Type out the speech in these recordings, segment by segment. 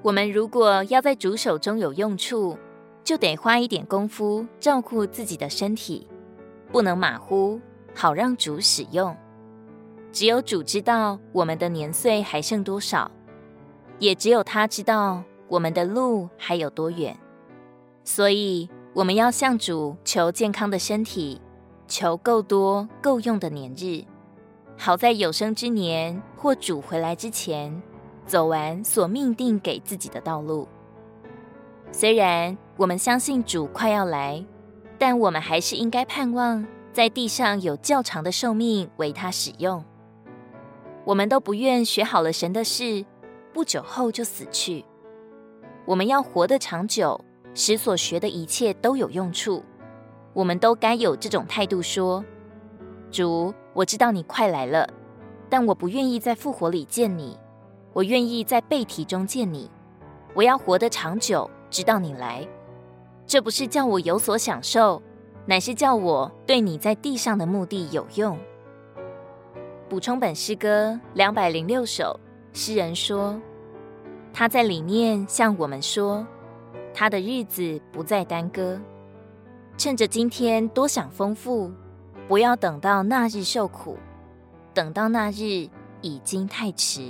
我们如果要在主手中有用处，就得花一点功夫照顾自己的身体，不能马虎，好让主使用。只有主知道我们的年岁还剩多少，也只有他知道我们的路还有多远。所以我们要向主求健康的身体，求够多够用的年日，好在有生之年或主回来之前，走完所命定给自己的道路。虽然我们相信主快要来，但我们还是应该盼望在地上有较长的寿命为他使用。我们都不愿学好了神的事，不久后就死去。我们要活得长久，使所学的一切都有用处。我们都该有这种态度说，主，我知道你快来了，但我不愿意在复活里见你，我愿意在被提中见你。我要活得长久，直到你来。这不是叫我有所享受，乃是叫我对你在地上的目的有用。补充本诗歌206首，诗人说，他在里面向我们说，他的日子不再耽搁。趁着今天多享丰富，不要等到那日受苦，等到那日已经太迟。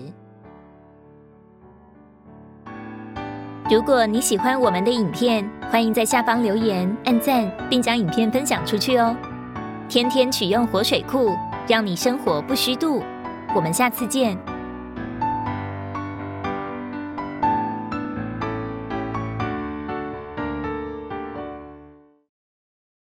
如果你喜欢我们的影片，欢迎在下方留言、按赞，并将影片分享出去哦。天天取用活水库，让你生活不虚度。我们下次见。